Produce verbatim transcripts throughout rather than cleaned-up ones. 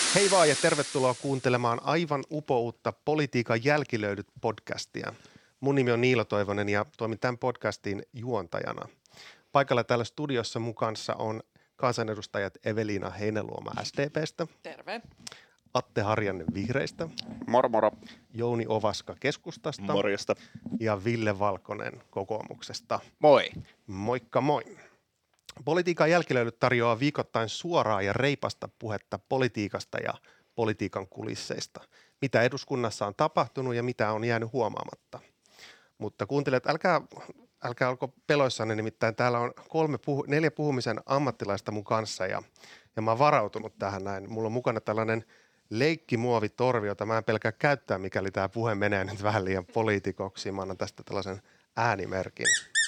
Hei vaan ja tervetuloa kuuntelemaan aivan upoutta Politiikan jälkilöidyt podcastia. Mun nimi on Niilo Toivonen ja toimin tämän podcastin juontajana. Paikalla täällä studiossa mun kanssa on kansanedustajat Eveliina Heinäluoma S D P:stä. Terve. Atte Harjanne Vihreistä. Moro moro. Jouni Ovaska Keskustasta. Morjesta. Ja Ville Valkonen Kokoomuksesta. Moi. Moikka moi. Politiikan jälkilöidyt tarjoaa viikoittain suoraa ja reipasta puhetta politiikasta ja politiikan kulisseista. Mitä eduskunnassa on tapahtunut ja mitä on jäänyt huomaamatta. Mutta kuuntelijat, älkää, älkää olko peloissanne, nimittäin täällä on kolme puhu, neljä puhumisen ammattilaista mun kanssa ja, ja mä oon varautunut tähän näin. Mulla on mukana tällainen leikkimuovitorvi, jota mä en pelkää käyttää, mikäli tämä puhe menee nyt vähän liian poliitikoksi. Mä annan tästä tällaisen äänimerkin.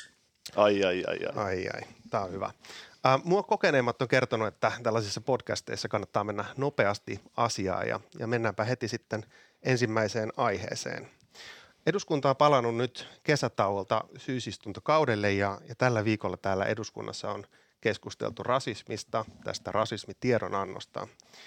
Ai, ai, ai, ai. Ai, ai. Tämä on hyvä. Äh, mua kokeneemmat on kertonut, että tällaisissa podcasteissa kannattaa mennä nopeasti asiaan ja, ja mennäänpä heti sitten ensimmäiseen aiheeseen. Eduskunta on palannut nyt kesätauolta syysistuntokaudelle ja, ja tällä viikolla täällä eduskunnassa on keskusteltu rasismista, tästä rasismitiedonannosta.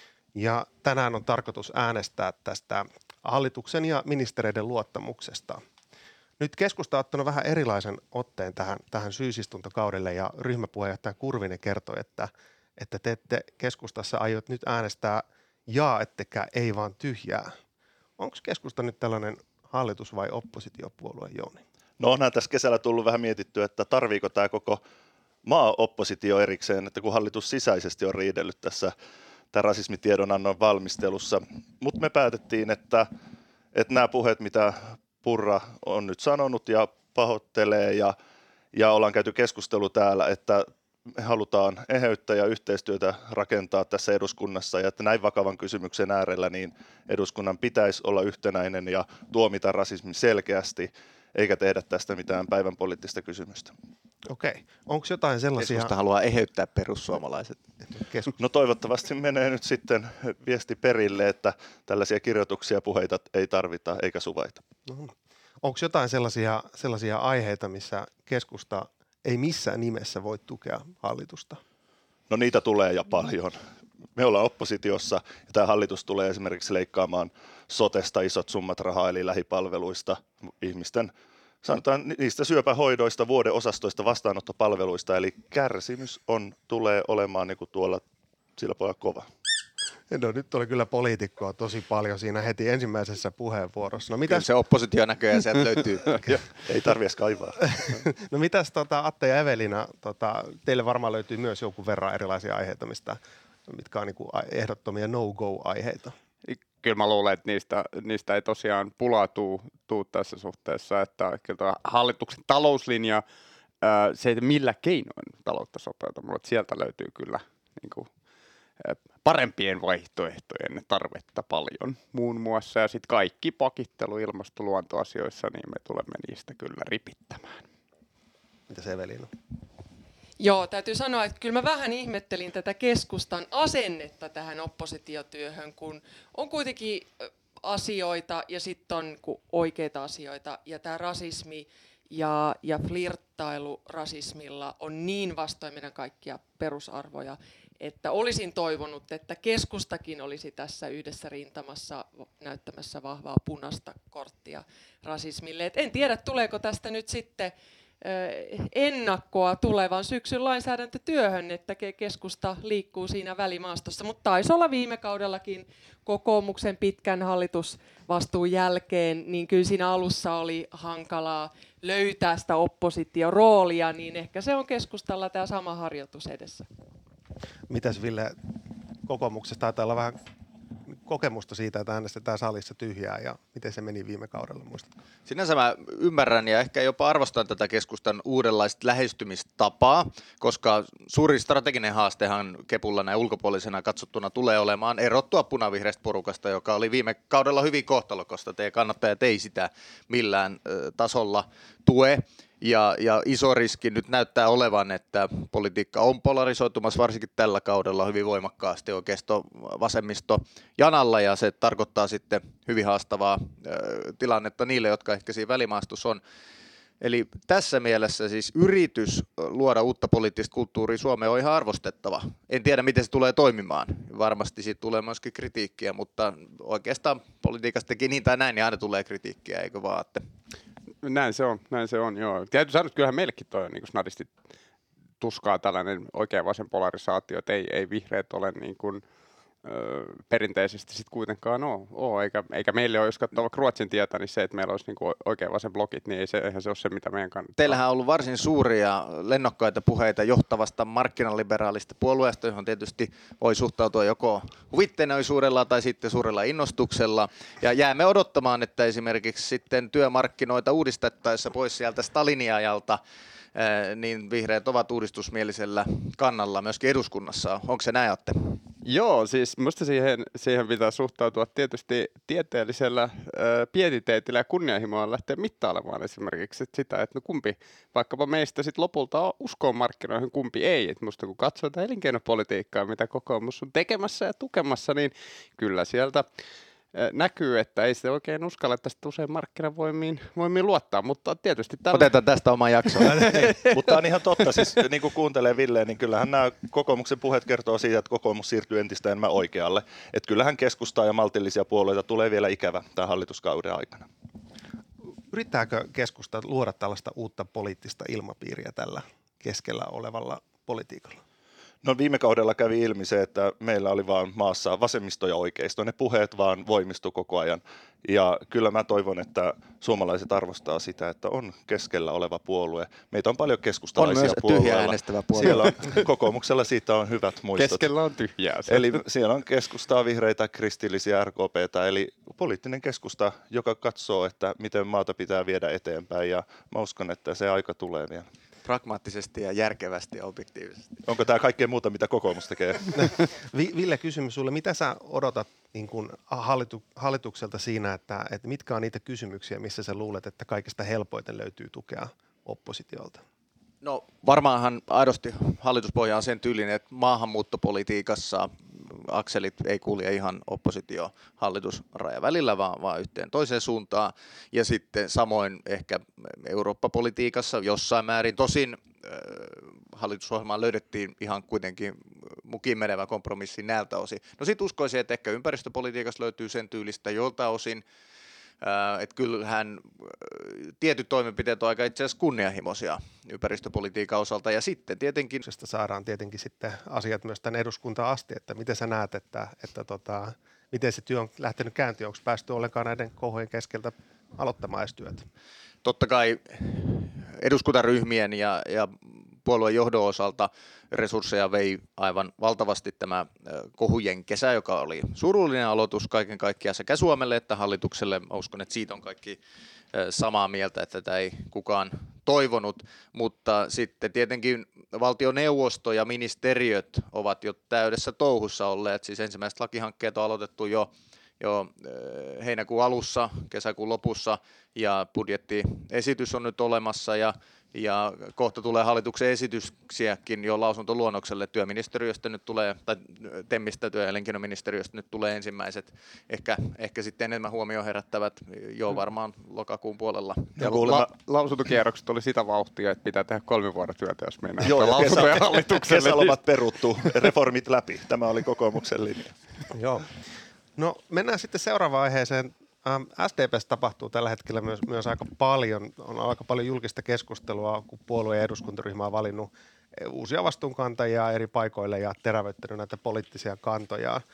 Ja tänään on tarkoitus äänestää tästä hallituksen ja ministereiden luottamuksesta. Nyt keskusta on ottanut vähän erilaisen otteen tähän, tähän syysistuntokaudelle ja ryhmäpuheenjohtaja Kurvinen kertoi, että, että te ette keskustassa aiot nyt äänestää jaa ettekä ei vaan tyhjää. Onko keskusta nyt tällainen hallitus- vai oppositiopuolue, Jouni? No onhan tässä kesällä tullut vähän mietittyä, että tarviiko tämä koko maa-oppositio erikseen, että kun hallitus sisäisesti on riidellyt tässä tämän rasismitiedonannon valmistelussa. Mutta me päätettiin, että, että nämä puheet, mitä Purra on nyt sanonut ja pahoittelee ja, ja ollaan käyty keskustelu täällä, että halutaan eheyttä ja yhteistyötä rakentaa tässä eduskunnassa ja että näin vakavan kysymyksen äärellä niin eduskunnan pitäisi olla yhtenäinen ja tuomita rasismi selkeästi eikä tehdä tästä mitään päivän poliittista kysymystä. Okei. Onko jotain sellaisia... Keskusta haluaa eheyttää perussuomalaiset. Keskus... No toivottavasti menee nyt sitten viesti perille, että tällaisia kirjoituksia puheita ei tarvita eikä suvaita. No. Onko jotain sellaisia, sellaisia aiheita, missä keskusta ei missään nimessä voi tukea hallitusta? No niitä tulee ja paljon. Me ollaan oppositiossa ja tämä hallitus tulee esimerkiksi leikkaamaan sotesta isot summat rahaa eli lähipalveluista, ihmisten sanotaan niistä syöpähoidoista, vuodeosastoista, vastaanottopalveluista, eli kärsimys on, tulee olemaan niin kuin tuolla sillä puolella kova. No nyt oli kyllä poliitikkoa tosi paljon siinä heti ensimmäisessä puheenvuorossa. No, mitäs... Kyllä se oppositio näköjään sieltä löytyy. Ei tarvitse kaivaa. No mitäs tota, Atte ja Eveliina, tota, teille varmaan löytyy myös jonkun verran erilaisia aiheita, mistä, mitkä on niin kuin ehdottomia no-go-aiheita. Kyllä mä luulen, että niistä, niistä ei tosiaan pulaa tuu, tuu tässä suhteessa, että kyllä hallituksen talouslinja, ää, se, että millä keinoin taloutta sopeutuu, mutta sieltä löytyy kyllä niin kuin, ää, parempien vaihtoehtojen tarvetta paljon muun muassa, ja sitten kaikki pakittelu ilmastoluontoasioissa, niin me tulemme niistä kyllä ripittämään. Mitäs Eveliina? Joo, täytyy sanoa, että kyllä mä vähän ihmettelin tätä keskustan asennetta tähän oppositiotyöhön, kun on kuitenkin asioita ja sitten on oikeita asioita. Ja tämä rasismi ja, ja flirttailu rasismilla on niin vastoin meidän kaikkia perusarvoja, että olisin toivonut, että keskustakin olisi tässä yhdessä rintamassa näyttämässä vahvaa punaista korttia rasismille. Et en tiedä, tuleeko tästä nyt sitten ennakkoa tulevan syksyn lainsäädäntötyöhön, että keskusta liikkuu siinä välimaastossa, mutta taisi olla viime kaudellakin kokoomuksen pitkän hallitusvastuun jälkeen, niin kyllä siinä alussa oli hankalaa löytää sitä oppositioroolia, niin ehkä se on keskustalla tämä sama harjoitus edessä. Mitäs Ville, kokoomuksesta taitaa olla vähän kokemusta siitä, että äänestetään salissa tyhjää ja miten se meni viime kaudella, muistatko? Sinänsä mä ymmärrän ja ehkä jopa arvostan tätä keskustan uudenlaista lähestymistapaa, koska suuri strateginen haastehan Kepulla näin ulkopuolisena katsottuna tulee olemaan erottua punavihreästä porukasta, joka oli viime kaudella hyvin kohtalokasta. Teidän kannattajat ei sitä millään ö, tasolla tue. Ja, ja iso riski nyt näyttää olevan, että politiikka on polarisoitumassa varsinkin tällä kaudella hyvin voimakkaasti oikeisto vasemmisto janalla, ja se tarkoittaa sitten hyvin haastavaa ö, tilannetta niille, jotka ehkä siinä välimaastossa on. Eli tässä mielessä siis yritys luoda uutta poliittista kulttuuria Suomeen on ihan arvostettava. En tiedä, miten se tulee toimimaan. Varmasti siitä tulee myöskin kritiikkiä, mutta oikeastaan politiikasta teki niin tai näin, niin aina tulee kritiikkiä, eikö vaan? Että... Näin se on, näin se on, joo. Täytyy sanoa, että kyllähän meillekin toi on niin kuin snadisti tuskaa tällainen oikein vasen polarisaatio, että ei, ei vihreät ole niin kuin, ö, perinteisesti sitten kuitenkaan ole, ole. Eikä, eikä meille ole, jos katsoo vaikka Ruotsin tietä, niin se, että meillä olisi niin kuin oikein vasen blokit, niin ei se, eihän se ole se, mitä meidän kannattaa. Teillähän on ollut varsin suuria lennokkaita puheita johtavasta markkinaliberaalista puolueesta, johon tietysti voi suhtautua joko huvitteenoisuudella tai sitten suurella innostuksella. Ja jäämme odottamaan, että esimerkiksi sitten työmarkkinoita uudistettaessa pois sieltä Stalinin ajalta, niin vihreät ovat uudistusmielisellä kannalla myöskin eduskunnassa. Onko se näin, Atte? Joo, siis minusta siihen, siihen pitää suhtautua tietysti tieteellisellä äh, pietiteetillä ja kunnianhimoa lähteä mittailemaan esimerkiksi että sitä, että no kumpi vaikkapa meistä sitten lopulta uskoo markkinoihin, kumpi ei. Et musta kun katsoo tätä elinkeinopolitiikkaa, mitä kokoomus on tekemässä ja tukemassa, niin kyllä sieltä näkyy, että ei se oikein uskalla tästä usein markkinavoimiin voimiin luottaa, mutta tietysti... Tällä... Otetaan tästä oma jakso. Mutta on ihan totta, siis niin kuin kuuntelee Villeen, niin kyllähän nämä kokoomuksen puheet kertoo siitä, että kokoomus siirtyy entistä enemmän oikealle. Että kyllähän keskustaa ja maltillisia puolueita tulee vielä ikävä tämän hallituskauden aikana. Yrittääkö keskusta luoda tällaista uutta poliittista ilmapiiriä tällä keskellä olevalla politiikalla? No viime kaudella kävi ilmi se, että meillä oli vaan maassa vasemmisto ja oikeisto. Ne puheet vaan voimistu koko ajan. Ja kyllä mä toivon, että suomalaiset arvostaa sitä, että on keskellä oleva puolue. Meitä on paljon keskustalaisia puolueilla. On myös tyhjää äänestävä puolue. Siellä on, kokoomuksella siitä on hyvät muistot. Keskellä on tyhjää. Eli siellä on keskustaa, vihreitä, kristillisiä, R K P:tä, eli poliittinen keskusta, joka katsoo, että miten maata pitää viedä eteenpäin. Ja mä uskon, että se aika tulee vielä. Pragmaattisesti ja järkevästi ja objektiivisesti. Onko tämä kaikkea muuta, mitä kokoomus tekee? Ville, kysymys sulle. Mitä sä odotat niin kun hallitu, hallitukselta siinä, että, että mitkä on niitä kysymyksiä, missä sä luulet, että kaikista helpoiten löytyy tukea oppositiolta? No varmaanhan aidosti hallituspohja on sen tyylinen, että maahanmuuttopolitiikassa akselit ei kulje ihan oppositio-hallitusraja välillä, vaan, vaan yhteen toiseen suuntaan. Ja sitten samoin ehkä Eurooppa-politiikassa jossain määrin. Tosin äh, hallitusohjelmaan löydettiin ihan kuitenkin mukiin menevä kompromissi näiltä osin. No sitten uskoisin, että ehkä ympäristöpolitiikassa löytyy sen tyylistä jolta osin. Uh, että kyllähän uh, tietyt toimenpiteet on aika itse asiassa kunnianhimoisia ympäristöpolitiikan osalta ja sitten tietenkin... Saadaan tietenkin sitten asiat myös tänne eduskuntaan asti, että miten sä näet, että, että tota, miten se työ on lähtenyt käyntiin, onko päästy ollenkaan näiden kohojen keskeltä aloittamaan edes työtä? Totta kai eduskuntaryhmien ja, ja puolueen johdon osalta resursseja vei aivan valtavasti tämä kohujen kesä, joka oli surullinen aloitus kaiken kaikkiaan sekä Suomelle että hallitukselle. Mä uskon, että siitä on kaikki samaa mieltä, että tätä ei kukaan toivonut, mutta sitten tietenkin valtioneuvosto ja ministeriöt ovat jo täydessä touhussa olleet. Siis ensimmäiset lakihankkeet on aloitettu jo jo heinäkuun alussa, kesäkuun lopussa ja budjettiesitys on nyt olemassa ja, ja kohta tulee hallituksen esityksiäkin jo lausuntoluonnokselle työministeriöstä nyt tulee, tai TEMistä työ- ja elinkeinoministeriöstä nyt tulee ensimmäiset, ehkä, ehkä sitten enemmän huomioon herättävät jo varmaan lokakuun puolella. Ja la- lausuntokierrokset oli sitä vauhtia, että pitää tehdä kolme vuoden työtä, jos meinaa. Joo, ja kesä, hallitukselle. kesälomat peruttu, reformit läpi. Tämä oli kokoomuksen linja. Joo. No mennään sitten seuraavaan aiheeseen. Ähm, S D P:ssä tapahtuu tällä hetkellä myös, myös aika paljon, on aika paljon julkista keskustelua, kun puolue- ja eduskuntaryhmä on valinnut uusia vastuunkantajia eri paikoille ja terävöittänyt näitä poliittisia kantoja. Äh,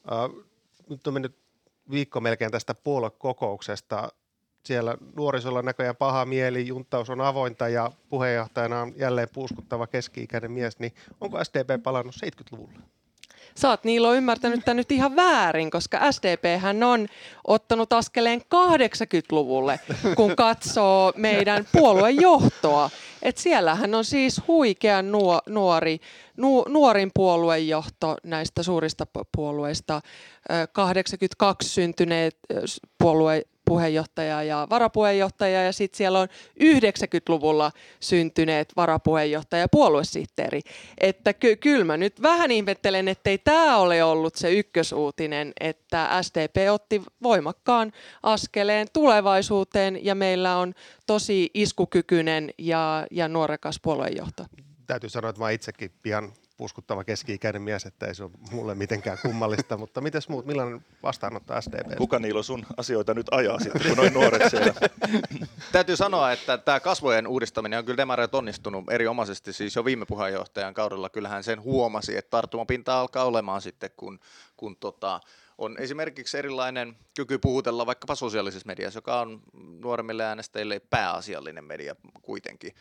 nyt on mennyt viikko melkein tästä puoluekokouksesta. Siellä nuorisolla näköjään paha mieli, junttaus on avointa ja puheenjohtajana on jälleen puuskuttava keski-ikäinen mies, niin onko S D P palannut seitsemänkymmentäluvulle? Sä oot Niilo ymmärtänyt tämän nyt ihan väärin, koska S D P:hän on ottanut askeleen kahdeksankymmentäluvulle, kun katsoo meidän puoluejohtoa. Et siellähän on siis huikea nuo, nuori, nu, nuorin puoluejohto näistä suurista puolueista, kahdeksankymmentäkaksi syntyneet puolue, puheenjohtaja ja varapuheenjohtaja, ja sitten siellä on yhdeksänkymmentäluvulla syntyneet varapuheenjohtaja ja puoluesihteeri. Että ky- kyllä mä nyt vähän ihmettelen, ettei tämä ole ollut se ykkösuutinen, että S D P otti voimakkaan askeleen tulevaisuuteen, ja meillä on tosi iskukykyinen ja, ja nuorekas puoluejohto. Täytyy sanoa, että mä itsekin pian puskuttava keski-ikäinen mies, että ei se ole mulle mitenkään kummallista, mutta mites muut, millainen vastaanotto S D P? Kuka Niilo sun asioita nyt ajaa sitten, kun noin nuoret siellä? Täytyy sanoa, että tämä kasvojen uudistaminen on kyllä demareet onnistunut erinomaisesti, siis jo viime puheenjohtajan kaudella kyllähän sen huomasi, että tarttumapinta alkaa olemaan sitten, kun, kun tota, on esimerkiksi erilainen kyky puhutella vaikkapa sosiaalisessa mediassa, joka on nuoremmille äänestäjille pääasiallinen media kuitenkin.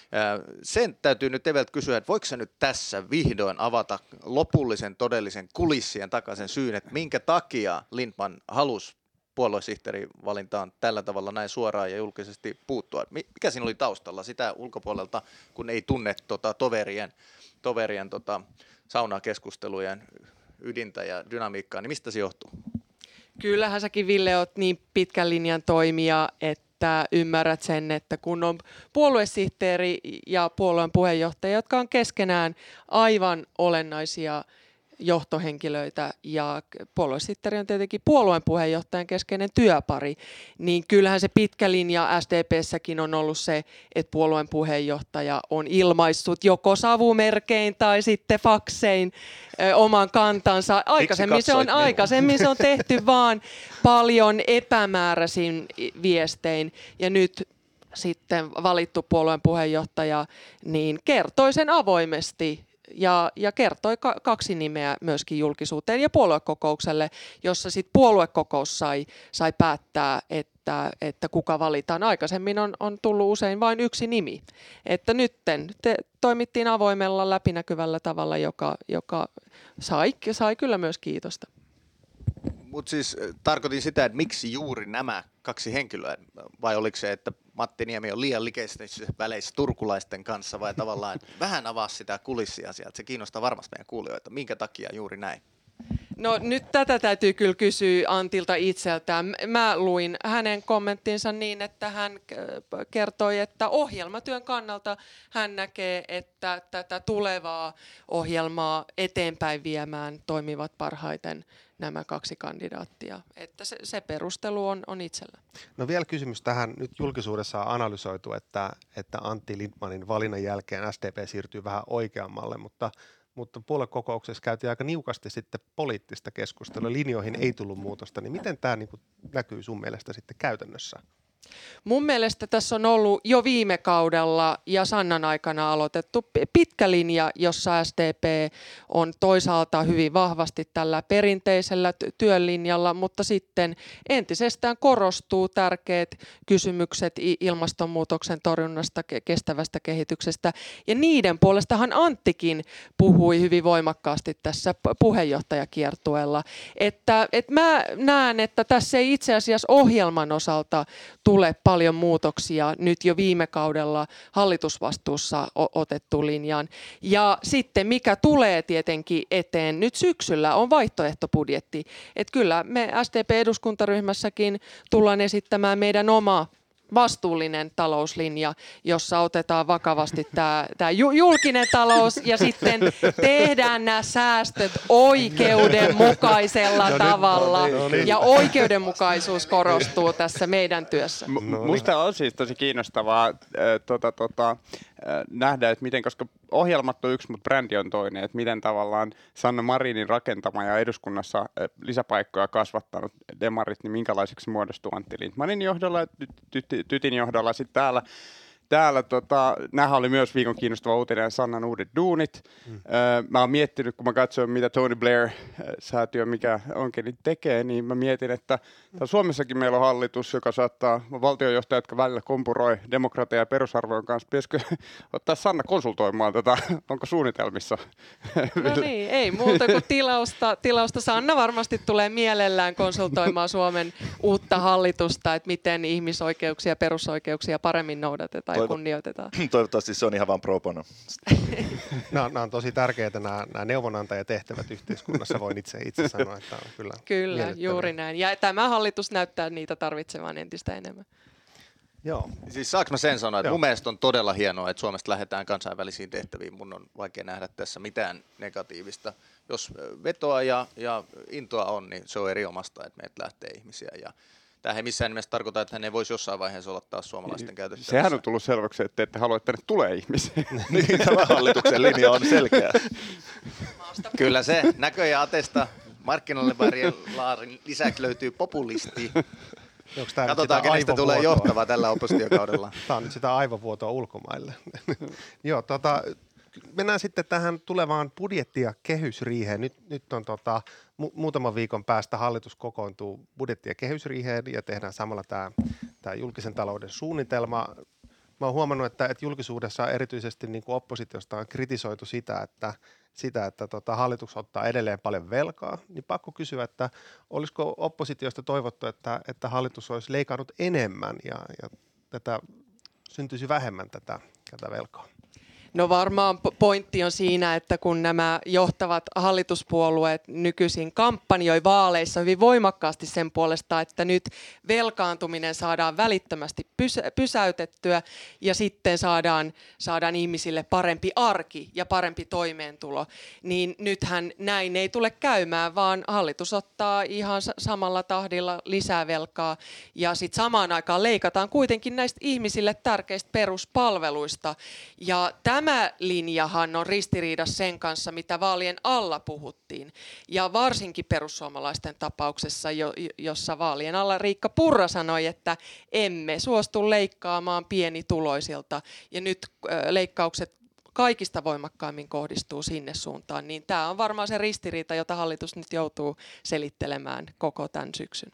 Sen täytyy nyt Eveltä kysyä, että voiko se nyt tässä vihdoin avata lopullisen todellisen kulissien takaisen syyn, että minkä takia Lindtman halusi puoluesihteerivalintaan tällä tavalla näin suoraan ja julkisesti puuttua. Mikä siinä oli taustalla sitä ulkopuolelta, kun ei tunne tota, toverien, toverien tota, saunakeskustelujen ydintä ja dynamiikkaa, niin mistä se johtuu? Kyllähän säkin, Ville, oot niin pitkän linjan toimija, että ymmärrät sen, että kun on puoluesihteeri ja puolueen puheenjohtaja, jotka on keskenään aivan olennaisia johtohenkilöitä, ja puoluesihteeri on tietenkin puolueen puheenjohtajan keskeinen työpari, niin kyllähän se pitkä linja S D P:ssäkin on ollut se, että puolueen puheenjohtaja on ilmaissut joko savumerkein tai sitten faksein ö, oman kantansa. Aikaisemmin se, on, aikaisemmin se on tehty vaan paljon epämääräisin viestein, ja nyt sitten valittu puolueen puheenjohtaja niin kertoi sen avoimesti. Ja, ja kertoi ka- kaksi nimeä myöskin julkisuuteen ja puoluekokoukselle, jossa sitten puoluekokous sai, sai päättää, että, että kuka valitaan. Aikaisemmin on, on tullut usein vain yksi nimi. Että nytten te toimittiin avoimella läpinäkyvällä tavalla, joka, joka sai, sai kyllä myös kiitosta. Mutta siis tarkoitin sitä, että miksi juuri nämä kaksi henkilöä, vai oliko se, että Matti Niemi on liian likeisissä väleissä turkulaisten kanssa, vai tavallaan vähän avaa sitä kulissia sieltä. Se kiinnostaa varmasti meidän kuulijoita. Minkä takia juuri näin? No nyt tätä täytyy kyllä kysyä Antilta itseltään. Mä luin hänen kommenttinsa niin, että hän kertoi, että ohjelmatyön kannalta hän näkee, että tätä tulevaa ohjelmaa eteenpäin viemään toimivat parhaiten nämä kaksi kandidaattia. Että se, se perustelu on, on itsellä. No vielä kysymys tähän. Nyt julkisuudessa on analysoitu, että, että Antti Lindtmanin valinnan jälkeen S D P siirtyy vähän oikeammalle, mutta mutta puoluekokouksessa käytiin aika niukasti sitten poliittista keskustelua, linjoihin ei tullut muutosta, niin miten tämä niin kuin näkyy sun mielestä sitten käytännössä? Mun mielestä tässä on ollut jo viime kaudella ja Sannan aikana aloitettu pitkä linja, jossa S D P on toisaalta hyvin vahvasti tällä perinteisellä työlinjalla, mutta sitten entisestään korostuu tärkeät kysymykset ilmastonmuutoksen torjunnasta, kestävästä kehityksestä, ja niiden puolestahan Anttikin puhui hyvin voimakkaasti tässä puheenjohtajakiertueella. Että, että mä näen, että tässä ei itse asiassa ohjelman osalta tule paljon muutoksia nyt jo viime kaudella hallitusvastuussa otettu linjaan. Ja sitten mikä tulee tietenkin eteen nyt syksyllä on vaihtoehtobudjetti. Että kyllä me S D P-eduskuntaryhmässäkin tullaan esittämään meidän oma vastuullinen talouslinja, jossa otetaan vakavasti tämä, tämä julkinen talous ja sitten tehdään nämä säästöt oikeudenmukaisella no tavalla. No niin. Ja oikeudenmukaisuus korostuu tässä meidän työssä. M- musta on siis tosi kiinnostavaa äh, tota, tota, äh, nähdä, että miten, koska ohjelmat on yksi, mutta brändi on toinen, että miten tavallaan Sanna Marinin rakentama ja eduskunnassa äh, lisäpaikkoja kasvattanut demarit, niin minkälaiseksi muodostuu Antti Lindtmanin johdolla ja Tytin johdolla sitten täällä. Täällä tota, nämähän oli myös viikon kiinnostava uutinen, Sannan uudet duunit. Mm. Öö, mä oon miettinyt, kun mä katsoin, mitä Tony Blair-säätiö, mikä onkin, niin tekee, niin mä mietin, että mm. Suomessakin meillä on hallitus, joka saattaa valtionjohtajat, jotka välillä kompuroi demokratia ja perusarvojen kanssa. Pitäisikö ottaa Sanna konsultoimaan tätä? Onko suunnitelmissa? No niin, ei muuta kuin tilausta. tilausta. Sanna varmasti tulee mielellään konsultoimaan Suomen uutta hallitusta, että miten ihmisoikeuksia ja perusoikeuksia paremmin noudatetaan Toivo- ja kunnioitetaan. Toivottavasti se on ihan vaan pro bono. Nämä, nämä on tosi tärkeitä, nämä, nämä neuvonantajatehtävät yhteiskunnassa, voin itse, itse sanoa, että on kyllä Kyllä, juuri näin. Ja tämä hallitus näyttää niitä tarvitsevan entistä enemmän. Joo. Siis saanko mä sen sanoa, että Joo. mun mielestä on todella hienoa, että Suomesta lähdetään kansainvälisiin tehtäviin. Mun on vaikea nähdä tässä mitään negatiivista. Jos vetoa ja, ja intoa on, niin se on eri omasta, että meiltä lähtee ihmisiä. Ja tämä ei missään nimessä tarkoita, että hän ei voisi jossain vaiheessa olla taas suomalaisten käytössä. Sehän on tullut selväksi, että te ette halua, että tänne tulee ihmisiä. Niin, tämä hallituksen linja on selkeä. Kyllä se näkö- ja atesta markkinoille laarin lisäksi löytyy populisti. Katsotaan, kenestä tulee johtava tällä oppositiokaudella. Tämä on nyt sitä aivovuotoa ulkomaille. Joo, tota, mennään sitten tähän tulevaan budjetti- ja kehysriiheen. Nyt, nyt on tota, mu- muutaman viikon päästä hallitus kokoontuu budjetti- ja kehysriiheen ja tehdään samalla tämä, tämä julkisen talouden suunnitelma. Mä oon huomannut, että, että julkisuudessa erityisesti niin kuin oppositiosta on kritisoitu sitä, että, sitä, että tota, hallitus ottaa edelleen paljon velkaa, niin pakko kysyä, että olisiko oppositiosta toivottu, että, että hallitus olisi leikannut enemmän ja, ja tätä syntyisi vähemmän tätä, tätä velkaa? No varmaan pointti on siinä, että kun nämä johtavat hallituspuolueet nykyisin kampanjoi vaaleissa hyvin voimakkaasti sen puolesta, että nyt velkaantuminen saadaan välittömästi pysä- pysäytettyä ja sitten saadaan, saadaan ihmisille parempi arki ja parempi toimeentulo, niin nythän näin ei tule käymään, vaan hallitus ottaa ihan samalla tahdilla lisää velkaa ja sitten samaan aikaan leikataan kuitenkin näistä ihmisille tärkeistä peruspalveluista ja tämä Tämä linjahan on ristiriidassa sen kanssa, mitä vaalien alla puhuttiin. Ja varsinkin perussuomalaisten tapauksessa, jo, jossa vaalien alla Riikka Purra sanoi, että emme suostu leikkaamaan pienituloisilta. Ja nyt äh, leikkaukset kaikista voimakkaammin kohdistuu sinne suuntaan. Niin tämä on varmaan se ristiriita, jota hallitus nyt joutuu selittelemään koko tämän syksyn.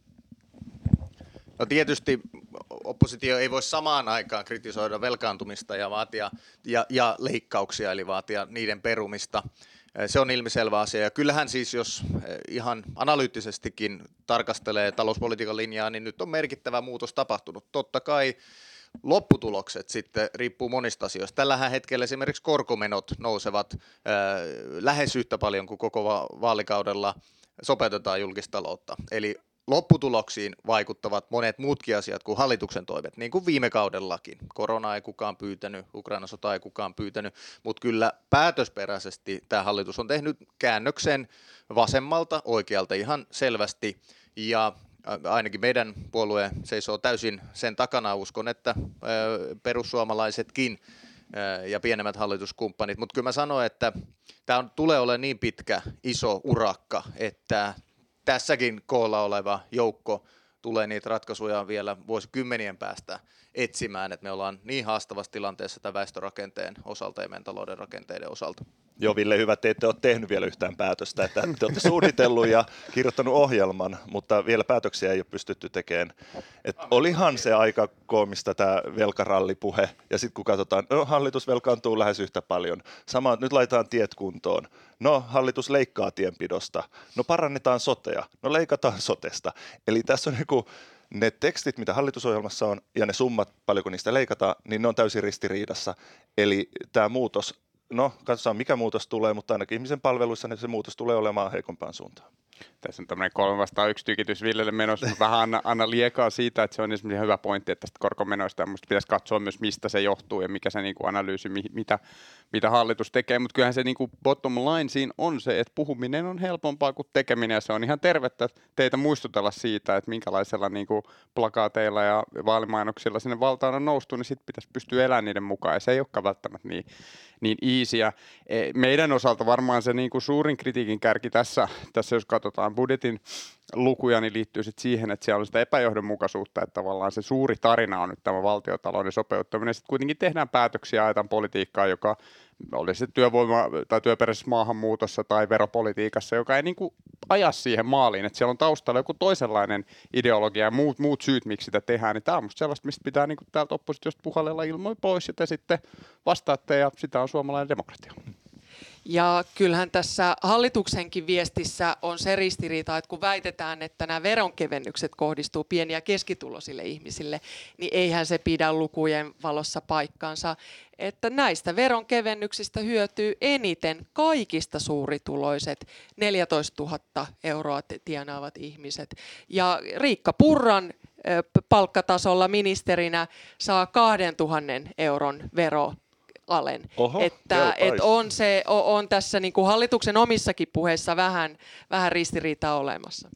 No tietysti oppositio ei voi samaan aikaan kritisoida velkaantumista ja vaatia ja, ja leikkauksia, eli vaatia niiden perumista. Se on ilmiselvä asia. Ja kyllähän siis, jos ihan analyyttisestikin tarkastelee talouspolitiikan linjaa, niin nyt on merkittävä muutos tapahtunut. Totta kai lopputulokset sitten riippuu monista asioista. Tällähän hetkellä esimerkiksi korkomenot nousevat äh, lähes yhtä paljon kuin koko va- vaalikaudella sopeutetaan julkistaloutta. Eli lopputuloksiin vaikuttavat monet muutkin asiat kuin hallituksen toimet, niin kuin viime kaudellakin. Korona ei kukaan pyytänyt, Ukrainan sota ei kukaan pyytänyt, mutta kyllä päätösperäisesti tämä hallitus on tehnyt käännöksen vasemmalta oikealta ihan selvästi, ja ainakin meidän puolue seisoo täysin sen takana. Uskon, että perussuomalaisetkin ja pienemmät hallituskumppanit, mutta kyllä mä sanon, että tämä on, tulee olemaan niin pitkä, iso urakka, että tässäkin koolla oleva joukko tulee niitä ratkaisuja vielä vuosikymmenien päästä etsimään, että me ollaan niin haastavassa tilanteessa tämän väestörakenteen osalta ja meidän talouden rakenteiden osalta. Joo, Ville, hyvä, että ette ole tehnyt vielä yhtään päätöstä, että te olette suunnitellut ja kirjoittanut ohjelman, mutta vielä päätöksiä ei ole pystytty tekemään. Et olihan se aika koomista tämä velkarallipuhe, ja sitten kun katsotaan, no hallitus velkaantuu lähes yhtä paljon, sama, nyt laitetaan tiet kuntoon, no hallitus leikkaa tienpidosta, no parannetaan sotea, no leikataan sotesta, eli tässä on joku ne tekstit, mitä hallitusohjelmassa on, ja ne summat, paljonko niistä leikataan, niin ne on täysin ristiriidassa. Eli tämä muutos, no katsotaan mikä muutos tulee, mutta ainakin ihmisen palveluissa niin se muutos tulee olemaan heikompaan suuntaan. Tässä on tämmöinen kolme vastaan yksi tykitys Villelle menossa, mutta vähän anna, anna liekaa siitä, että se on esimerkiksi hyvä pointti, että tästä korkomenoista ja musta pitäisi katsoa myös, mistä se johtuu ja mikä se niinku analyysi, mitä, mitä hallitus tekee, mutta kyllähän se niinku bottom line siinä on se, että puhuminen on helpompaa kuin tekeminen ja se on ihan tervettä teitä muistutella siitä, että minkälaisella niinku plakaateilla ja vaalimainoksilla sinne valtaan on noustu, niin sitten pitäisi pystyä elämään niiden mukaan ja se ei olekaan välttämättä niin, niin easyä. Meidän osalta varmaan se niinku suurin kritiikin kärki tässä, tässä jos katsotaan budjetin lukuja, niin liittyy sit siihen, että siellä on sitä epäjohdonmukaisuutta, että tavallaan se suuri tarina on nyt tämä valtiontalouden sopeuttaminen. Sitten kuitenkin tehdään päätöksiä, ajetaan politiikkaa, joka oli se työvoima- tai työperäisessä maahanmuutossa tai veropolitiikassa, joka ei niin kuin aja siihen maaliin, että siellä on taustalla joku toisenlainen ideologia ja muut, muut syyt, miksi sitä tehdään, niin tämä on musta sellaista, mistä pitää niin kuin täältä oppositiosta puhallella ilmoja pois, ja te sitten vastaatte, ja sitä on suomalainen demokratia. Ja kyllähän tässä hallituksenkin viestissä on se ristiriita, että kun väitetään, että nämä veronkevennykset kohdistuu pieni- ja keskituloisille ihmisille, niin eihän se pidä lukujen valossa paikkaansa, että näistä veronkevennyksistä hyötyy eniten kaikista suurituloiset neljätoistatuhatta euroa tienaavat ihmiset. Ja Riikka Purran palkkatasolla ministerinä saa kahdentuhannen euron vero. Alen. Oho, että et on, se, on tässä niin kuin hallituksen omissakin puheissa vähän, vähän ristiriitaa olemassa.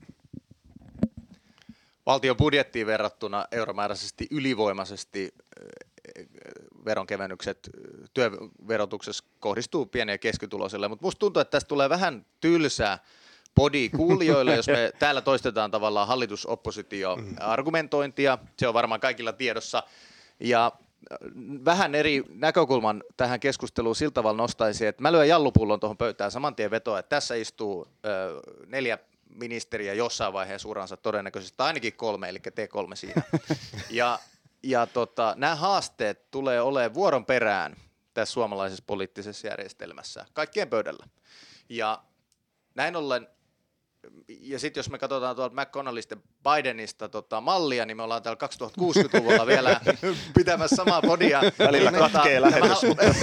Valtion budjettiin verrattuna euromääräisesti ylivoimaisesti veronkevennykset työverotuksessa kohdistuu pieni- ja keskituloisille, mutta musta tuntuu, että tästä tulee vähän tylsää podi kuulijoille, jos me täällä toistetaan tavallaan hallitus-oppositio-argumentointia, se on varmaan kaikilla tiedossa, ja vähän eri näkökulman tähän keskusteluun sillä tavalla nostaisin, että mä lyön jallupullon tuohon pöytään saman tien vetoa, että tässä istuu ö, neljä ministeriä jossain vaiheessa uransa todennäköisesti, tai ainakin kolme, eli T kolme siinä. Ja, ja tota, nämä haasteet tulee olemaan vuoron perään tässä suomalaisessa poliittisessa järjestelmässä, kaikkien pöydällä. Ja näin ollen, ja sitten jos me katsotaan tuolta McConnellista Bidenista tota, mallia, niin me ollaan täällä kaksituhattakuusikymmentäluvulla vielä pitämässä samaa podia. Välillä katkee lähetys.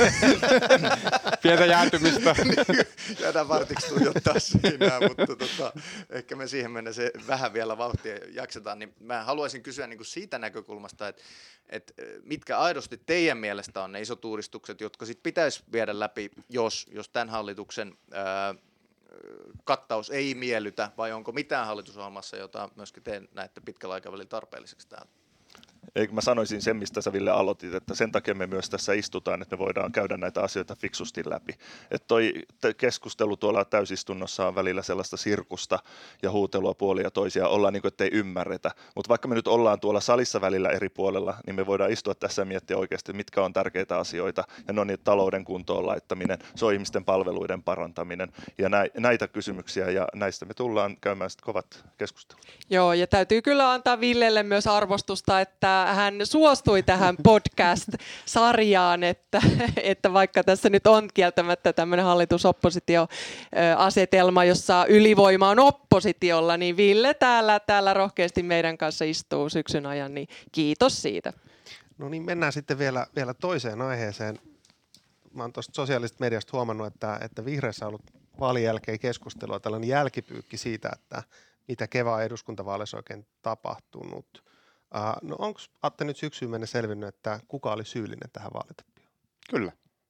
Pientä jäätymistä. Jäädään vartiksi tuijottaa siinä, mutta tota, ehkä me siihen mennessä vähän vielä vauhtia jaksetaan. Niin mä haluaisin kysyä niin kuin siitä näkökulmasta, että, että mitkä aidosti teidän mielestä on ne isot uudistukset, jotka sit pitäisi viedä läpi, jos, jos tämän hallituksen ää, kattaus ei miellytä, vai onko mitään hallitusohjelmassa, jota myöskin te näette pitkällä aikavälillä tarpeelliseksi täällä? Eikö mä sanoisin sen, mistä sä Ville aloitit, että sen takia me myös tässä istutaan, että me voidaan käydä näitä asioita fiksusti läpi. Että toi keskustelu tuolla täysistunnossa on välillä sellaista sirkusta ja huutelua puolia ja toisia, ollaan niin kuin, ettei ymmärretä. Mutta vaikka me nyt ollaan tuolla salissa välillä eri puolella, niin me voidaan istua tässä ja miettiä oikeasti, mitkä on tärkeitä asioita. Ja ne on niitä talouden kuntoon laittaminen, se on ihmisten palveluiden parantaminen ja näitä kysymyksiä. Ja näistä me tullaan käymään sitten kovat keskustelut. Joo, ja täytyy kyllä antaa Villelle myös arvostusta, että hän suostui tähän podcast-sarjaan, että, että vaikka tässä nyt on kieltämättä tämmöinen hallitus-oppositio-asetelma, jossa ylivoima on oppositiolla, niin Ville täällä, täällä rohkeasti meidän kanssa istuu syksyn ajan, niin kiitos siitä. No niin, mennään sitten vielä, vielä toiseen aiheeseen. Mä oon tuosta sosiaalisesta mediasta huomannut, että, että Vihreissä on ollut vaalien jälkeen keskustelua, tällainen jälkipyykki siitä, että mitä kevään eduskuntavaaleissa oikein tapahtunut. Uh, no onko Atte nyt syksyyn mennä selvinnyt, että kuka oli syyllinen tähän vaalitappioon? Kyllä.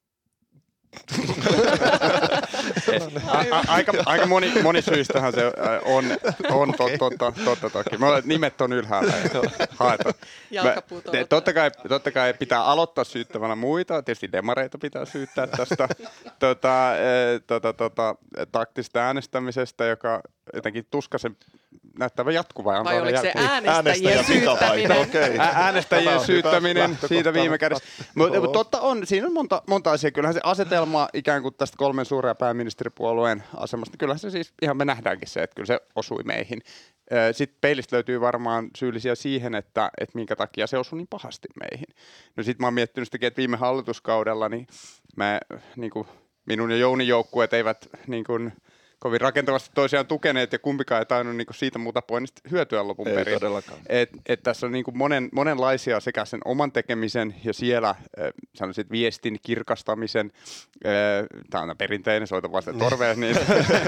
a, a, aika, aika moni, moni syystähän se on, on okay. totta, totta toki. Me nimet on ylhäällä ja haetaan. Totta kai, totta kai pitää aloittaa syyttävänä muita. Tietysti demareita pitää syyttää tästä tota, e, tota, tota, taktisesta äänestämisestä, joka jotenkin tuskaisen näyttävä jatkuva. Vai oliko se äänestäjien syyttäminen? Okay. Äänestäjien syyttäminen siitä viime kädessä. Mutta mut totta on, siinä on monta, monta asiaa. Kyllähän se asetelma ikään kuin tästä kolmen suuren pääministeripuolueen asemasta, kyllähän se siis, ihan me nähdäänkin se, että kyllä se osui meihin. Sitten peilistä löytyy varmaan syyllisiä siihen, että, että minkä takia se osui niin pahasti meihin. No sitten mä oon miettinyt sitäkin, että viime hallituskaudella niin mä, niin kuin minun ja Jounin joukkueet eivät niin kuin kovin rakentavasti toisiaan tukeneet ja kumpikaan ei tainnut niinku siitä muuta pointista hyötyä lopun ei perin. todellakaan. Et, et tässä on niinku monen, monenlaisia sekä sen oman tekemisen ja siellä äh, sanoisin, viestin kirkastamisen, äh, tämä on perinteinen, soita vaan sitä torvea, niin,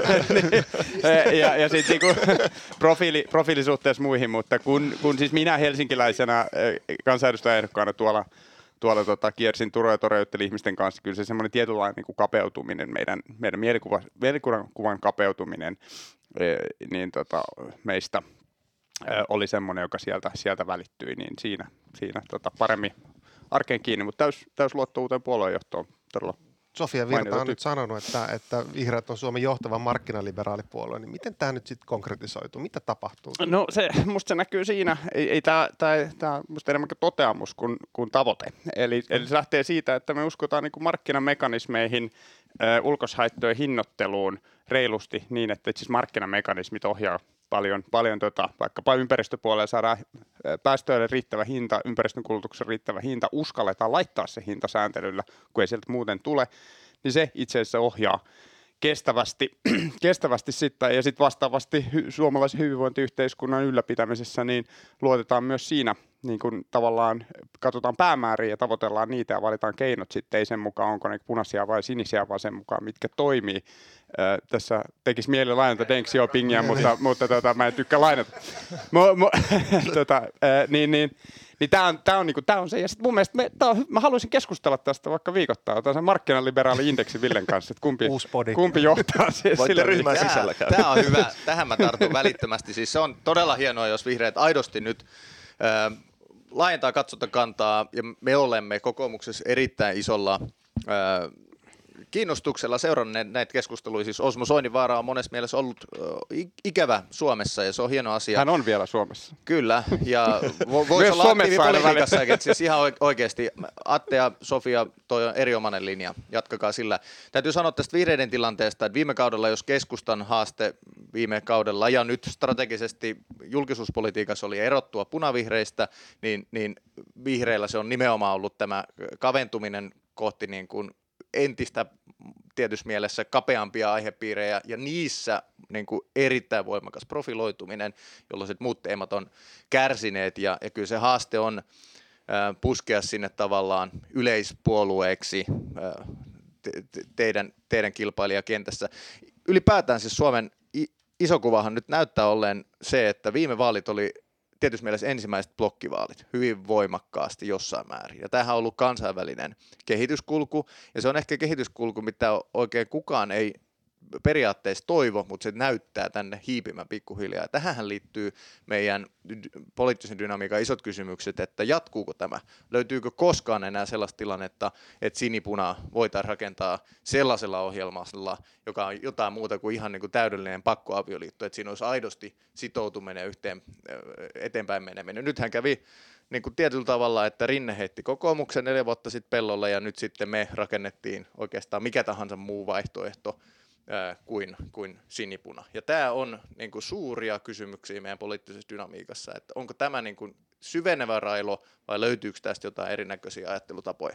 ja, ja sitten niinku profiili, profiilisuhteessa muihin, mutta kun, kun siis minä helsinkiläisenä äh, kansanedustajaehdokkaana tuolla tuolla tota, kiersin Turun ja toreutteli ihmisten kanssa, kyllä se semmoinen tietynlainen niin kuin kapeutuminen, meidän, meidän mielikuva, mielikuvan kapeutuminen e, niin tota, meistä e, oli semmoinen, joka sieltä, sieltä välittyi, niin siinä, siinä tota, paremmin arkeen kiinni, mutta täys, täys luotto uuteen puolueenjohtoon todella. Sofia Virta on nyt sanonut, että, että vihreät on Suomen johtava markkinaliberaalipuolue, niin miten tämä nyt sitten konkretisoituu? Mitä tapahtuu? No se, musta se näkyy siinä, ei, ei tämä on musta enemmänkin toteamus kuin, kuin tavoite. Eli, eli se lähtee siitä, että me uskotaan niin kuin markkinamekanismeihin, äh, ulkoshaittojen hinnoitteluun reilusti niin, että siis markkinamekanismit ohjaa paljon, paljon tota, vaikkapa ympäristöpuolella saadaan päästöille riittävä hinta, ympäristön kulutuksen riittävä hinta, uskalletaan laittaa se hinta sääntelyllä, kun ei sieltä muuten tule, niin se itse asiassa ohjaa kestävästi, kestävästi sitten, ja sitten vastaavasti hy- suomalaisen hyvinvointiyhteiskunnan ylläpitämisessä niin luotetaan myös siinä, niin kun tavallaan katsotaan päämääriä ja tavoitellaan niitä ja valitaan keinot sitten, ei sen mukaan onko ne punaisia vai sinisiä, vaan sen mukaan mitkä toimii. Äh, tässä tekisi mieli lainata Deng Xiaopingia, mutta, mutta tota, mä en tykkää lainata. Mo, mo, tota, äh, niin, niin, Niin tämä on, tää on, niinku, tää on se. Ja sitten mun mielestä me, tää on, mä haluaisin keskustella tästä vaikka viikoittain. Otan sen markkinaliberaali indeksi Villen kanssa, että kumpi, kumpi johtaa sille ryhmän sisällä käydä. Tämä on hyvä. Tähän mä tartun välittömästi. Siis se on todella hienoa, jos vihreät aidosti nyt äh, laajentaa katsotakantaa. Ja me olemme kokoomuksessa erittäin isolla äh, kiinnostuksella seuranneet näitä keskusteluja. Siis Osmo Soininvaara on monessa mielessä ollut uh, ikävä Suomessa ja se on hieno asia. Hän on vielä Suomessa. Kyllä, ja vo- voisi olla aktiivipolitiikassakin. Siis ihan oikeasti, Atte ja Sofia, toi on erinomainen linja. Jatkakaa sillä. Täytyy sanoa tästä vihreiden tilanteesta, että viime kaudella, jos keskustan haaste viime kaudella ja nyt strategisesti julkisuuspolitiikassa oli erottua punavihreistä, niin, niin vihreillä se on nimenomaan ollut tämä kaventuminen kohti niin kuin entistä tietyssä mielessä kapeampia aihepiirejä ja niissä niin kuin erittäin voimakas profiloituminen, jolloin muut teemat on kärsineet ja, ja kyllä se haaste on ää, puskea sinne tavallaan yleispuolueeksi ää, te, te, teidän, teidän kilpailijakentässä. Ylipäätään siis Suomen iso kuvahan nyt näyttää olleen se, että viime vaalit oli tietysti mielessä ensimmäiset blokkivaalit hyvin voimakkaasti jossain määrin. Ja tämähän on ollut kansainvälinen kehityskulku, ja se on ehkä kehityskulku, mitä oikein kukaan ei periaatteessa toivo, mutta se näyttää tänne hiipimään pikkuhiljaa. Ja tähän liittyy meidän poliittisen dynamiikan isot kysymykset, että jatkuuko tämä? Löytyykö koskaan enää sellaista tilannetta, että sinipuna voitaisiin rakentaa sellaisella ohjelmalla, joka on jotain muuta kuin ihan niin kuin täydellinen pakkoavioliitto, että siinä olisi aidosti sitoutuminen yhteen eteenpäin meneminen. Nythän kävi niin kuin tietyllä tavalla, että Rinne heitti kokoomuksen neljä vuotta sitten pellolle ja nyt sitten me rakennettiin oikeastaan mikä tahansa muu vaihtoehto kuin, kuin sinipuna. Ja tämä on niin kuin suuria kysymyksiä meidän poliittisessa dynamiikassa, että onko tämä niin kuin syvenevä railo vai löytyykö tästä jotain erinäköisiä ajattelutapoja?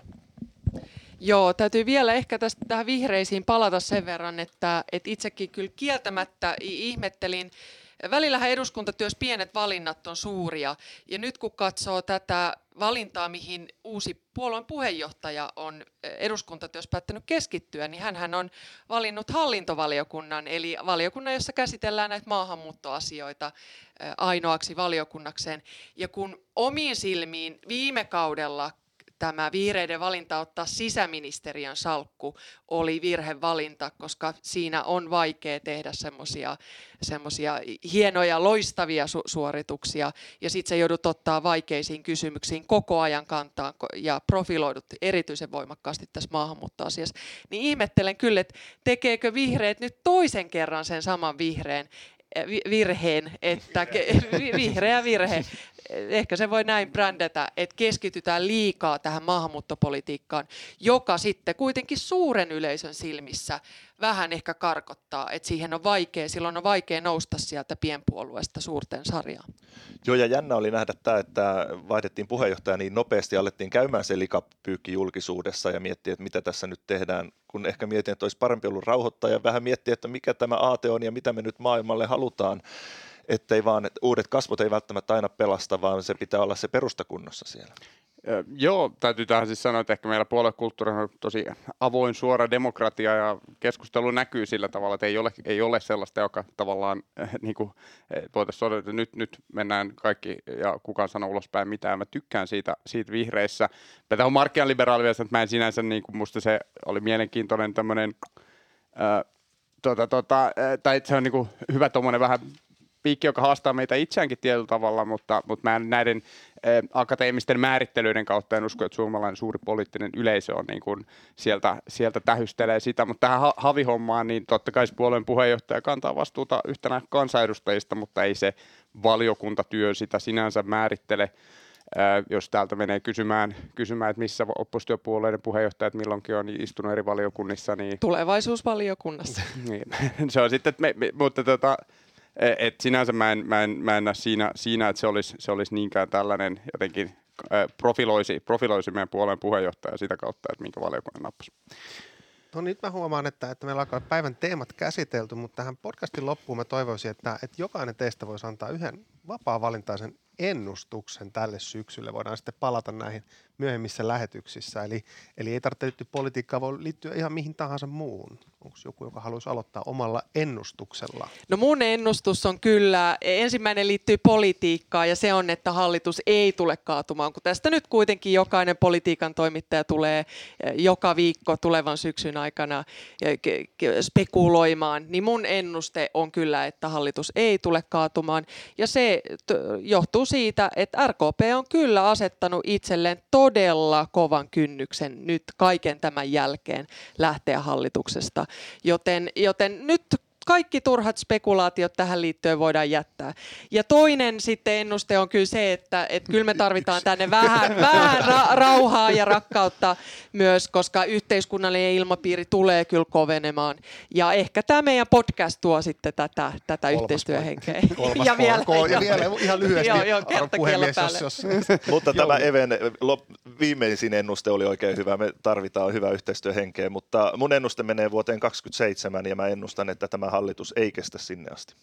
Joo, täytyy vielä ehkä tästä tähän vihreisiin palata sen verran, että, että itsekin kyllä kieltämättä ihmettelin. Välillähän eduskuntatyössä pienet valinnat on suuria, ja nyt kun katsoo tätä valintaa, mihin uusi puolueen puheenjohtaja on eduskuntatyössä päättänyt keskittyä, niin hänhän on valinnut hallintovaliokunnan, eli valiokunnan, jossa käsitellään näitä maahanmuuttoasioita ainoaksi valiokunnakseen. Ja kun omiin silmiin viime kaudella tämä vihreiden valinta ottaa sisäministeriön salkku oli virhevalinta, koska siinä on vaikea tehdä semmoisia semmoisia hienoja, loistavia su- suorituksia, ja sitten se joudut ottaa vaikeisiin kysymyksiin koko ajan kantaa ja profiloidut erityisen voimakkaasti tässä maahanmuuttoasiassa. Niin ihmettelen kyllä, että tekeekö vihreät nyt toisen kerran sen saman vihreän virheen, että vihreä virhe. Ehkä se voi näin brändätä, että keskitytään liikaa tähän maahanmuuttopolitiikkaan, joka sitten kuitenkin suuren yleisön silmissä vähän ehkä karkottaa, että siihen on vaikea, silloin on vaikea nousta sieltä pienpuolueesta suurten sarjaan. Joo, ja jännä oli nähdä tämä, että vaihdettiin puheenjohtaja niin nopeasti, alettiin käymään se likapyykki julkisuudessa ja miettiä, että mitä tässä nyt tehdään, kun ehkä mietin, että olisi parempi ollut rauhoittaa ja vähän miettiä, että mikä tämä aate on ja mitä me nyt maailmalle halutaan, ettei vaan, että uudet kasvot ei välttämättä aina pelasta, vaan se pitää olla se perusta kunnossa siellä. Joo, täytyy tähän siis sanoa, että ehkä meillä puoluekulttuuri on tosi avoin, suora demokratia ja keskustelu näkyy sillä tavalla, että ei ole, ei ole sellaista, joka tavallaan äh, niin kuin voitaisiin todeta, että nyt, nyt mennään kaikki ja kukaan sanoo ulospäin mitään. Mä tykkään siitä, siitä vihreissä. Tämä on markkinaliberaali, että mä en sinänsä, niin kuin musta se oli mielenkiintoinen tämmöinen, äh, tota, tota, äh, tai se on niin kuin hyvä tommoinen vähän piikki, joka haastaa meitä itseäänkin tietyllä tavalla, mutta, mutta mä näiden ä, akateemisten määrittelyiden kautta en usko, että suomalainen suuri poliittinen yleisö on niin kuin sieltä, sieltä tähystelee sitä, mutta tähän ha- havihommaan, niin totta kai puolueen puheenjohtaja kantaa vastuuta yhtenä kansanedustajista, mutta ei se valiokuntatyö sitä sinänsä määrittele. Ää, jos täältä menee kysymään, kysymään, että missä oppositiopuolueiden puheenjohtajat milloinkin on istunut eri valiokunnissa, niin Tulevaisuusvaliokunnassa. niin, se on sitten, me, me, mutta tota, et sinänsä mä en, mä en, mä en näe siinä, siinä, että se olisi, se olisi niinkään tällainen jotenkin äh, profiloisi, profiloisi meidän puolueen puheenjohtaja sitä kautta, että minkä valiokunnan nappasi. No nyt mä huomaan, että, että meillä alkaa päivän teemat käsitelty, mutta tähän podcastin loppuun mä toivoisin, että, että jokainen teistä voisi antaa yhden vapaa-valintaisen ennustuksen tälle syksylle. Voidaan sitten palata näihin myöhemmissä lähetyksissä. Eli, eli ei tarvitse liittyä politiikkaan, voi liittyä ihan mihin tahansa muuhun. Onko joku, joka haluaisi aloittaa omalla ennustuksella? No mun ennustus on kyllä, ensimmäinen liittyy politiikkaan ja se on, että hallitus ei tule kaatumaan, kun tästä nyt kuitenkin jokainen politiikan toimittaja tulee joka viikko tulevan syksyn aikana spekuloimaan, niin mun ennuste on kyllä, että hallitus ei tule kaatumaan ja se johtuu siitä, että R K P on kyllä asettanut itselleen todella kovan kynnyksen nyt kaiken tämän jälkeen lähteä hallituksesta. Joten, joten nyt kaikki turhat spekulaatiot tähän liittyen voidaan jättää. Ja toinen sitten ennuste on kyllä se, että, että kyllä me tarvitaan tänne vähän, vähän ra- rauhaa ja rakkautta myös, koska yhteiskunnallinen ilmapiiri tulee kyllä kovenemaan. Ja ehkä tämä meidän podcast tuo sitten tätä, tätä yhteistyöhenkeä. Kolmas ja, vielä, kolko, ja vielä ihan lyhyesti, joo, joo, puhemies, jos, jos... Mutta tämä Even viimeisin ennuste oli oikein hyvä. Me tarvitaan hyvää yhteistyöhenkeä, mutta mun ennuste menee vuoteen kaksikymmentäseitsemän ja mä ennustan, että tämä hallitus ei kestä sinne asti.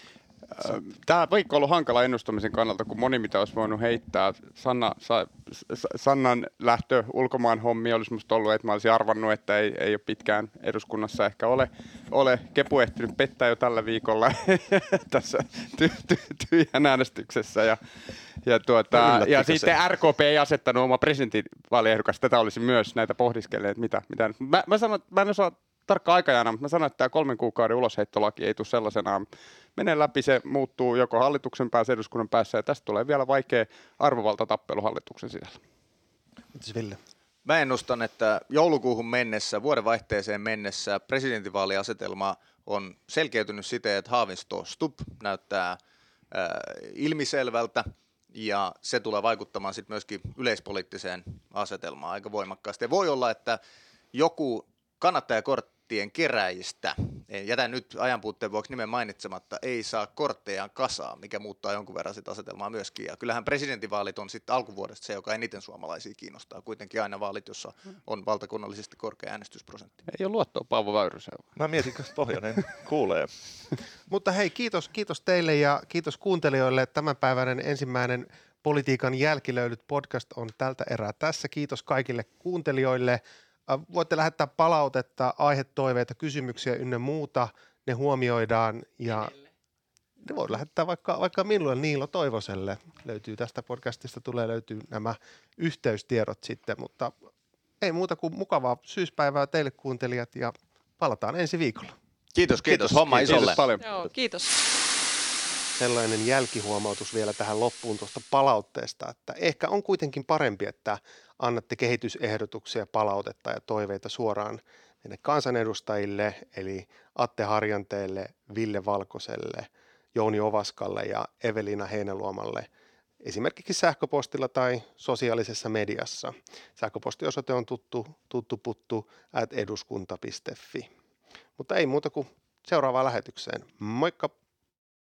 Tämä viikko on ollut hankala ennustamisen kannalta, kun moni mitä olisi voinut heittää. Sanna, sa, Sannan lähtö ulkomaan hommia olisi musta ollut, että mä olisin arvannut, että ei, ei ole pitkään eduskunnassa ehkä ole, ole Kepu ehtinyt pettää jo tällä viikolla tässä ty, ty, tyhjän äänestyksessä. Ja, ja, tuota, ja sitten R K P ei asettanut oma presidentinvaaliehdokasta. Tätä olisi myös näitä pohdiskelleet, mitä, mitä. Mä, mä, sanon, mä en osaa tarkka aikajana, mutta mä sanoin, että tämä kolmen kuukauden ulosheittolaki ei tule sellaisenaan menee läpi, se muuttuu joko hallituksen päässä, eduskunnan päässä, ja tästä tulee vielä vaikea arvovaltatappelu hallituksen sisällä. Mitäs Ville? Mä ennustan, että joulukuuhun mennessä, vuodenvaihteeseen mennessä presidentinvaaliasetelma on selkeytynyt siten, että Haavisto Stubb näyttää ää, ilmiselvältä, ja se tulee vaikuttamaan sitten myöskin yleispoliittiseen asetelmaan aika voimakkaasti. Ja voi olla, että joku kannattajakorttien keräjistä, jätän nyt ajanpuutteen vuoksi nimen mainitsematta, ei saa korttejaan kasaan, mikä muuttaa jonkun verran sitä asetelmaa myöskin. Ja kyllähän presidentinvaalit on sitten alkuvuodesta se, joka eniten suomalaisia kiinnostaa. Kuitenkin aina vaalit, jossa on valtakunnallisesti korkea äänestysprosentti. Ei ole luottoa Paavo Väyryseen. Mä mietin, että Pohjoinen kuulee. Mutta hei, kiitos, kiitos teille ja kiitos kuuntelijoille. Tämänpäiväinen ensimmäinen Politiikan jälkilöylyt podcast on tältä erää tässä. Kiitos kaikille kuuntelijoille. Voitte lähettää palautetta, aihetoiveita, kysymyksiä ynnä muuta. Ne huomioidaan ja ne voi lähettää vaikka, vaikka minulle Niilo Toivoselle. Löytyy tästä podcastista, tulee löytyy nämä yhteystiedot sitten, mutta ei muuta kuin mukavaa syyspäivää teille kuuntelijat ja palataan ensi viikolla. Kiitos, kiitos. kiitos Homma kiitos. isolle. Kiitos paljon. Joo, kiitos. Sellainen jälkihuomautus vielä tähän loppuun tuosta palautteesta, että ehkä on kuitenkin parempi, että annatte kehitysehdotuksia, palautetta ja toiveita suoraan meille kansanedustajille, eli Atte Harjanteelle, Ville Valkoselle, Jouni Ovaskalle ja Evelina Heinäluomalle, esimerkiksi sähköpostilla tai sosiaalisessa mediassa. Sähköpostiosoite on tuttu, tuttu puttu at eduskunta piste fi. Mutta ei muuta kuin seuraavaan lähetykseen. Moikka!